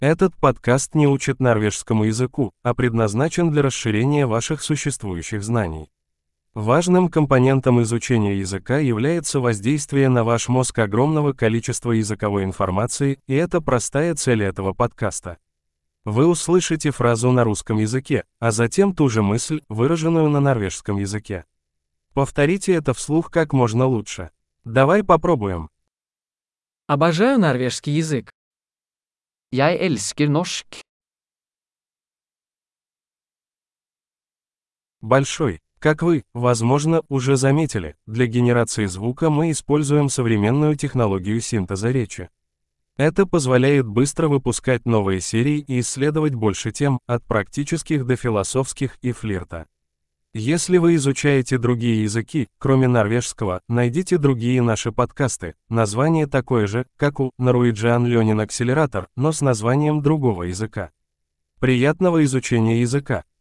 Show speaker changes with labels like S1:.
S1: Этот подкаст не учит норвежскому языку, а предназначен для расширения ваших существующих знаний. Важным компонентом изучения языка является воздействие на ваш мозг огромного количества языковой информации, и это простая цель этого подкаста. Вы услышите фразу на русском языке, а затем ту же мысль, выраженную на норвежском языке. Повторите это вслух как можно лучше. Давай попробуем.
S2: Обожаю норвежский язык.
S3: Jeg elsker norsk.
S1: Большой. Как вы, возможно, уже заметили, для генерации звука мы используем современную технологию синтеза речи. Это позволяет быстро выпускать новые серии и исследовать больше тем, от практических до философских и флирта. Если вы изучаете другие языки, кроме норвежского, найдите другие наши подкасты. Название такое же, как у Norwegian Learning Accelerator, но с названием другого языка. Приятного изучения языка!